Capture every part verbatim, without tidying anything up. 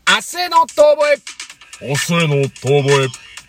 明日の遠吠え。 明日の遠吠え。 明日の遠吠え。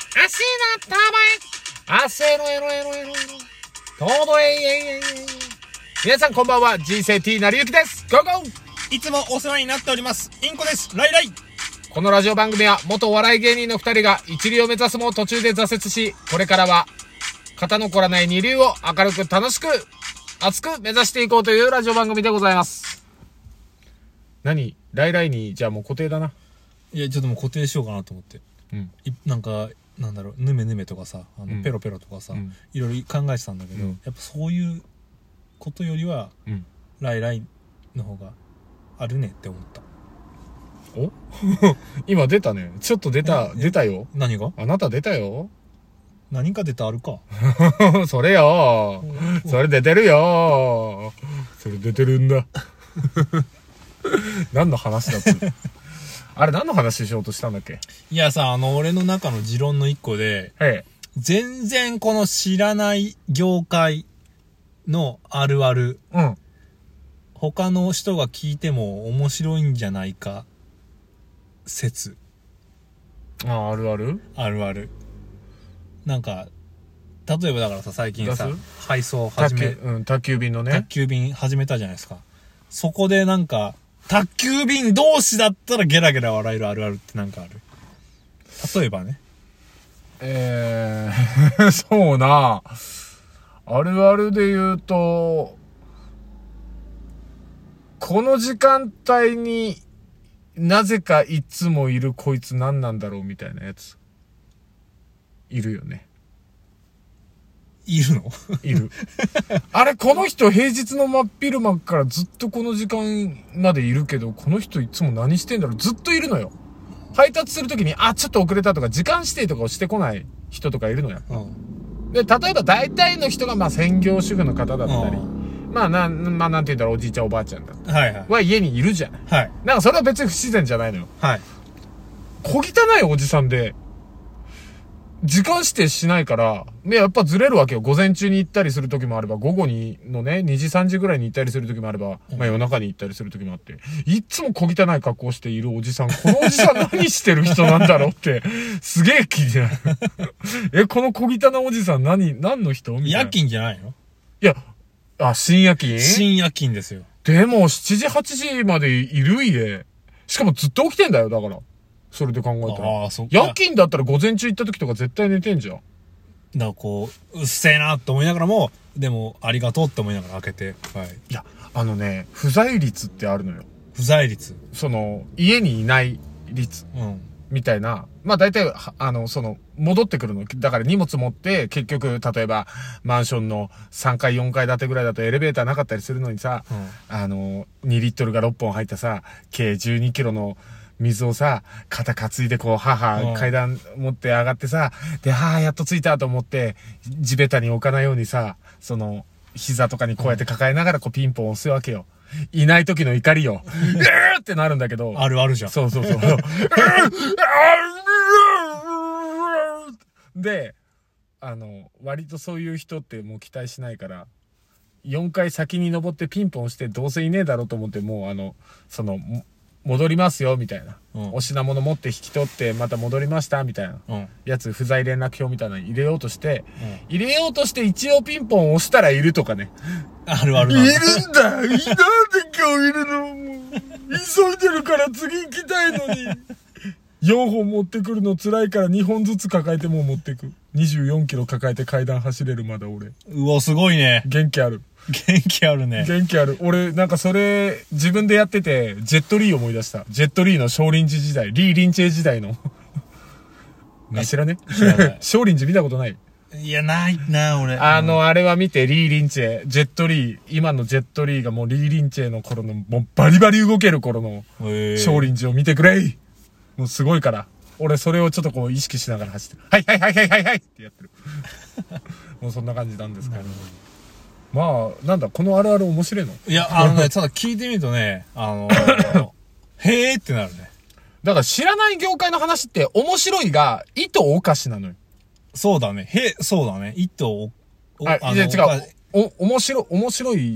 明日のエロエロエロエロ。遠吠えイエイエイエイ。皆さんこんばんは。人生 T なりゆきです。ゴーゴー。 いつもお世話になっております。インコです。ライライ。 このラジオ番組は元お笑い芸人の二人が一流を目指すも途中で挫折し、これからは肩の凝らない二流を明るく楽しく熱く目指していこうというラジオ番組でございます。何ライライにじゃあもう固定だな。 いやちょっともう固定しようかなと思って、 うん、 いなんかなんだろうヌメヌメとかさあの、うん、ペロペロとかさ、うん、いろいろ考えてたんだけど、うん、やっぱそういうことよりは、うん、ライライの方があるねって思った。 お今出たね。ちょっと出た出たよ。 何が？ あなた出たよ。 何か出たあるか。 それよ。それ出てるよ。それ出てるんだ。何の話だっつあれ何の話しようとしたんだっけ？ いやさ、あの俺の中の持論の一個で、 はい、 全然この知らない業界のあるある、うん、他の人が聞いても面白いんじゃないか説。 ああ、あるあるあるある。なんか例えばだからさ、最近さ配送始め、 うん、宅急便のね、 宅急便始めたじゃないですか。そこでなんか宅急便同士だったらゲラゲラ笑えるあるあるってなんかある？例えばね。 えー、そうな。あるあるで言うと、この時間帯になぜかいつもいるこいつ何なんだろうみたいなやつ。いるよね。 いるの？ いる。あれ、この人平日の真っ昼間からずっとこの時間までいるけど、この人いつも何してんだろう？ずっといるのよ。配達するときに、あ、ちょっと遅れたとか、時間指定とかをしてこない人とかいるのよ。うん、で、例えば大体の人が、まあ、専業主婦の方だったり、うん、まあ、なん、まあ、なんて言うんだろう、おじいちゃんおばあちゃんだったり、はいはい。は家にいるじゃない。はい。なんかそれは別に不自然じゃないのよ。はい。小汚いおじさんで、時間指定しないから、ね、やっぱずれるわけよ。午前中に行ったりする時もあれば、午後にのね、にじさんじぐらいに行ったりする時もあれば、うん、まあ夜中に行ったりする時もあって、いつも小汚い格好しているおじさん、このおじさん何してる人なんだろうって、すげえ気になる。え、この小汚いおじさん何、何の人みたいな。 夜勤じゃないの？ いや、あ、深夜勤？ 深夜勤ですよ。 でも、しちじ、はちじまでいる家。しかもずっと起きてんだよ、だから。それで考えたら。ああ、そっか。夜勤だったら午前中行った時とか絶対寝てんじゃん。 だからこう、うっせえなって思いながらも、でも、ありがとうって思いながら開けて。はい。 いや、あのね、不在率ってあるのよ。 不在率？ その、家にいない率。うん。みたいな。まあ大体、あの、その、戻ってくるの。だから荷物持って、結局、例えば、マンションのさんかい、よんかい建てぐらいだとエレベーターなかったりするのにさ、うん、あの、にリットルがろっぽん入ったさ、計じゅうにキロの、水をさ、肩担いでこう、母、階段持って上がってさ、で、はぁ、やっと着いたと思って、地べたに置かないようにさ、その、膝とかにこうやって抱えながらこうピンポン押すわけよ。いない時の怒りよ。うーってなるんだけど。 あるあるじゃん。 そうそうそう。で、あの、割とそういう人ってもう期待しないから、よんかい先に登ってピンポン押してどうせいねえだろうと思ってもうあの、その、戻りますよみたいな、うん、お品物持って引き取ってまた戻りましたみたいな、うん、やつ不在連絡表みたいなの入れようとして、うん、入れようとして一応ピンポン押したらいるとかね。 あるある。 いるんだ。なんで今日いるの？もう急いでるから次行きたいのに。よんほん持ってくるの辛いからにほんずつ抱えてもう持ってく。にじゅうよんキロ抱えて階段走れるまだ俺。 うわすごいね。 元気ある。 元気あるね。 元気ある。俺、なんかそれ、自分でやってて、ジェットリー思い出した。ジェットリーの少林寺時代、リー・リンチェ時代の。あ、知らね？知らない。少林寺見たことない？ いや、ないな、俺。 あの、うん、あれは見て、リー・リンチェ、ジェットリー、今のジェットリーがもうリー・リンチェの頃の、もうバリバリ動ける頃の、少林寺を見てくれい。もうすごいから。俺、それをちょっとこう意識しながら走ってる。はいはいはいはいはいはいってやってる。もうそんな感じなんですけど。まあ、なんだ、このあるある面白いの？ いや、あのね、ただ聞いてみるとね、あのー、へーってなるね。 だから知らない業界の話って面白いが、意図おかしなのよ。 そうだね。へ、そうだね。意図お、 あ、いや違う。お、面白い、面白い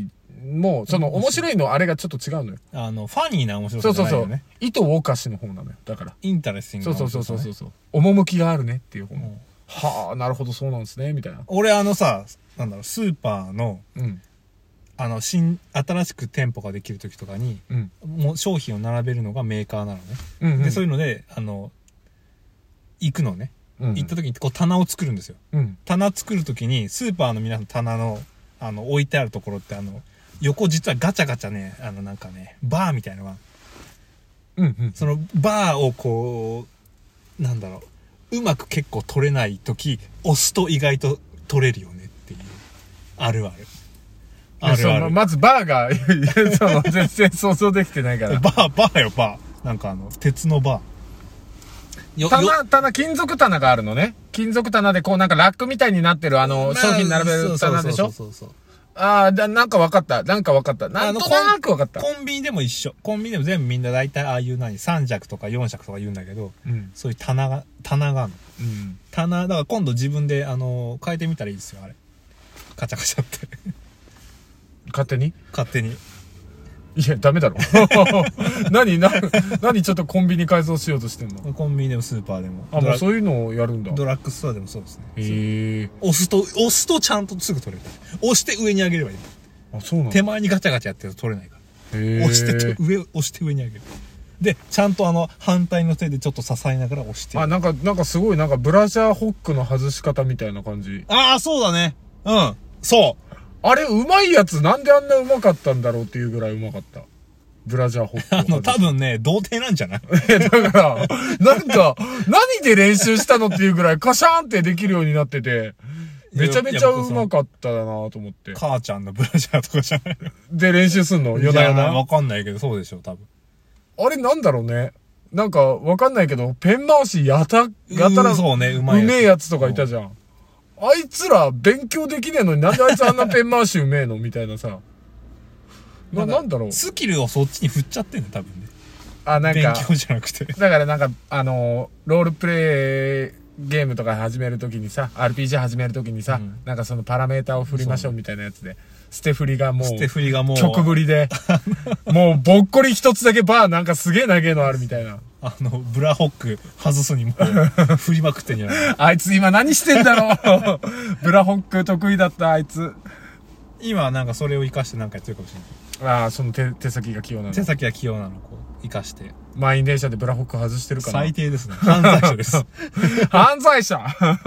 もう、その面白いのあれがちょっと違うのよ。 あの、ファニーな面白さじゃないよね。そうそうそう。 糸をおかしの方なのよ。だから。 インタレスティングな面白さ、ね。そうそうそうそう。趣があるねっていう方、うん、はあ、なるほどそうなんですね、みたいな。 俺あのさ、なんだろう、スーパーの、うん、あの、新、新しく店舗ができる時とかに、うん、もう商品を並べるのがメーカーなのね。うんうん、で、そういうので、あの、行くのね。うんうん、行った時にこう棚を作るんですよ。うん、棚作る時に、スーパーの皆さん棚の、あの、置いてあるところって、あの、横実はガチャガチャね、あのなんかね、バーみたいなのが、うんうん、そのバーをこう、なんだろう、うまく結構取れない時、押すと意外と取れるよねっていう、あるある。 あるある。まずバーが、その、全然想像できてないから。 バー、バーよ、バー。なんかあの、鉄のバー。棚、棚、金属棚があるのね。金属棚でこうなんかラックみたいになってるあの、商品並べる棚でしょ？そうそうそうそう。ああ、だ、なんか分かった。なんか分かった。なんとなく分かった。 コンビニでも一緒。コンビニでも全部みんな大体ああいう何、さん尺とかよん尺とか言うんだけど、うん、そういう棚が、棚があるの。うん、棚、だから今度自分で、あのー、変えてみたらいいですよ、あれ。カチャカチャって。 勝手に勝手に。 いや、ダメだろ。何、な、何ちょっとコンビニ改造しようとしてんの？ コンビニでもスーパーでも。 あ、もうそういうのをやるんだ。 ドラッグストアでもそうですね。 へえ。 押すと、押すとちゃんとすぐ取れる。押して上に上げればいい。 あ、そうなの？ 手前にガチャガチャやってると取れないから。へえ。押して上、押して上に上げる。で、ちゃんとあの、反対の手でちょっと支えながら押して。 あ、なんか、なんかすごい、なんかブラジャーホックの外し方みたいな感じ。 ああ、そうだね。うん。そう。 あれ、うまいやつ、なんであんなうまかったんだろうっていうぐらいうまかった。ブラジャーホック。 あの、多分ね、童貞なんじゃない？ だから、なんか、何で練習したのっていうぐらいカシャーンってできるようになってて、めちゃめちゃうまかったなと思って。 母ちゃんのブラジャーとかじゃないの？ で練習すんの？夜な夜な。 わかんないけど、そうでしょ、多分。 あれなんだろうね。なんか、わかんないけど、ペン回しやた、やたら、 そうね、うまい。 うめえやつとかいたじゃん。あいつら勉強できねえのになんであいつあんなペン回しうめえのみたいなさ。な、なんだろう。 スキルをそっちに振っちゃってんね、多分ね。 あ、なんか。 勉強じゃなくて。 だからなんか、あの、ロールプレイゲームとか始めるときにさ、アールピージー 始めるときにさ、うん、なんかそのパラメータを振りましょうみたいなやつで、捨て振りがもう、 捨て振りがもう、 曲振りで、もうぼっこり一つだけバーなんかすげえ投げのあるみたいな。 あの、ブラホック外すにもう振りまくってんじゃない？ あいつ今何してんだろう。ブラホック得意だったあいつ。 今なんかそれを活かしてなんかやってるかもしれない。 ああ、その手、手先が器用なの。 手先が器用なの、こう、活かして。 満員電車でブラホック外してるから。 最低ですね。犯罪者です。 犯罪者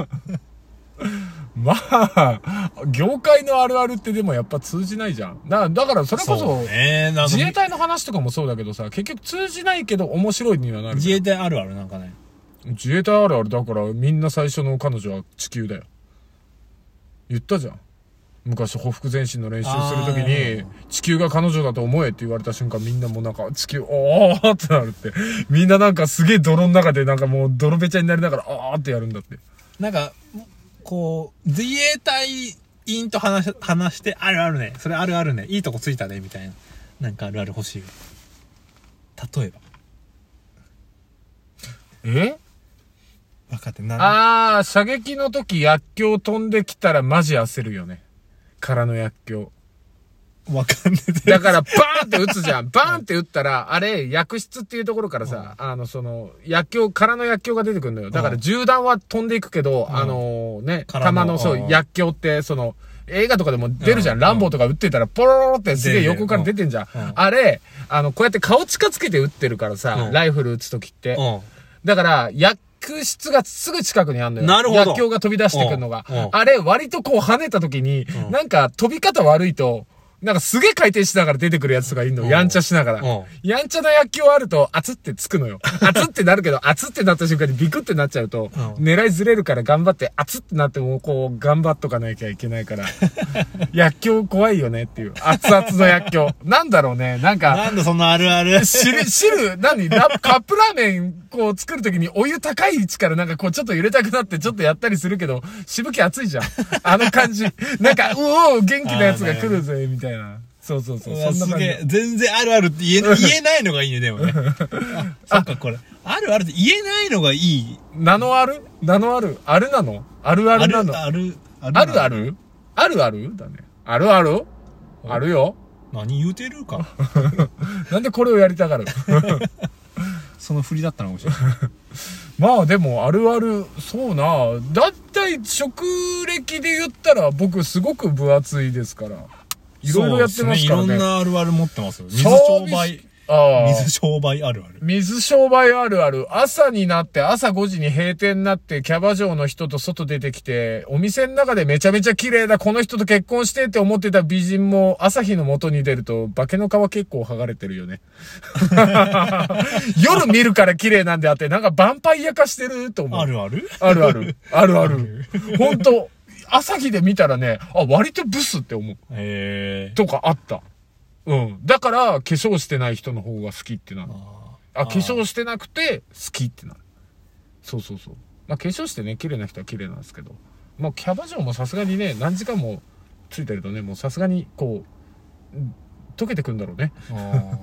まあ、業界のあるあるってでもやっぱ通じないじゃん。だだからそれこそ、ね、自衛隊の話とかもそうだけどさ、結局通じないけど面白いにはなる。 自衛隊あるあるなんかね。 自衛隊あるあるだからみんな最初の彼女は地球だよ。言ったじゃん。昔、ほふく前進の練習するときに、地球が彼女だと思えって言われた瞬間、みんなもうなんか、地球、おーってなるって。みんななんかすげえ泥の中でなんかもう泥べちゃになりながら、あーってやるんだって。 なんか、こう、自衛隊員と話し、話して、あるあるね。それあるあるね。いいとこついたね、みたいな。なんかあるある欲しい。例えば。 え分かってない。 あー、射撃の時薬莢飛んできたらマジ焦るよね。空の薬莢。 わかんねえ。 だから、バーンって撃つじゃん。バーンって撃ったら、あれ、薬室っていうところからさ、あの、その、薬莢、空の薬莢が出てくるのよ。だから、銃弾は飛んでいくけど、あのね、弾の、そう、薬莢って、その、映画とかでも出るじゃん。ランボーとか撃ってたら、ポロロロってすげえ横から出てんじゃん。あれ、あの、こうやって顔近づけて撃ってるからさ、ライフル撃つときって。だから、薬薬室がすぐ近くにあるのよ。 なるほど。 薬莢が飛び出してくるのが。あれ、割とこう跳ねた時に、なんか飛び方悪いと、なんかすげえ回転しながら出てくるやつとかいるの。やんちゃしながら。やんちゃな薬莢あると、熱ってつくのよ。熱ってなるけど、熱ってなった瞬間にビクってなっちゃうと、狙いずれるから頑張って、熱ってなってもこう、頑張っとかなきゃいけないから。薬莢怖いよねっていう。熱々の薬莢。なんだろうね。なんか。 なんだそのあるある。 汁、汁、何ラカップラーメン、こう作るときにお湯高い位置からなんかこうちょっと入れたくなってちょっとやったりするけど、しぶき熱いじゃん。あの感じ。なんか、うおー元気なやつが来るぜ、みたいな。そうそうそう。 そんな感じ。全然あるあるって言え、言えないのがいいね、でもね。そっか、これ。あるあるって言えないのがいい。 名のある名のあるあるなのあるあるなのある、 あるあるあるあるあるだね。あるあるあるよ。 何言うてるかなんでこれをやりたがるその振りだったのかもしれない。 まあでもあるある、そうな。だいたい職歴で言ったら僕すごく分厚いですから。いろいろやってますからね。 いろんなあるある持ってますよ。水商売。あ水商売あるある。 水商売あるある。朝になって、朝ごじに閉店になって、キャバ嬢の人と外出てきて、お店の中でめちゃめちゃ綺麗だ、この人と結婚してって思ってた美人も、朝日の元に出ると、化けの皮結構剥がれてるよね。夜見るから綺麗なんであって、なんかヴァンパイア化してると思う。 あるあるあるある。あるある。ほんと、朝日で見たらね、あ、割とブスって思う。 へー。 とかあった。うん。だから、化粧してない人の方が好きってなる。あ、化粧してなくて好きってなる。そうそうそう。まあ、化粧してね、綺麗な人は綺麗なんですけど。もうキャバ嬢もさすがにね、何時間もついてるとね、もうさすがに、こう、溶けてくんだろうね。あ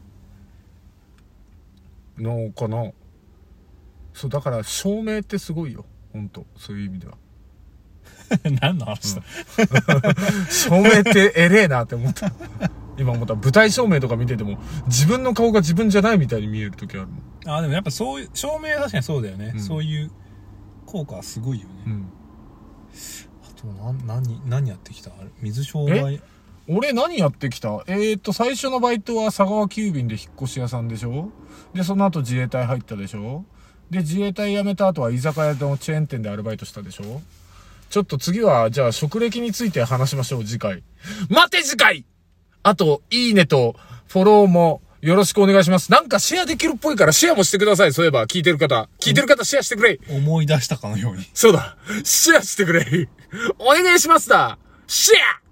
のかな。そう、だから、照明ってすごいよ。ほんと。そういう意味では。 何の話だ、 うん、照明ってえれえなって思った。今思った。舞台照明とか見てても、自分の顔が自分じゃないみたいに見える時あるもん。 あ、でもやっぱそういう、照明は確かにそうだよね。うん、そういう効果はすごいよね。うん、あと、な、何、何やってきた水商売。 俺何やってきたえーっと、最初のバイトは佐川急便で引っ越し屋さんでしょで、その後自衛隊入ったでしょで、自衛隊辞めた後は居酒屋のチェーン店でアルバイトしたでしょちょっと次は、じゃあ職歴について話しましょう、次回。待て、次回あと、いいねと、フォローも、よろしくお願いします。なんかシェアできるっぽいからシェアもしてください。そういえば、聞いてる方。聞いてる方シェアしてくれ。 思い出したかのように。 そうだ。シェアしてくれ。お願いしますだ。シェア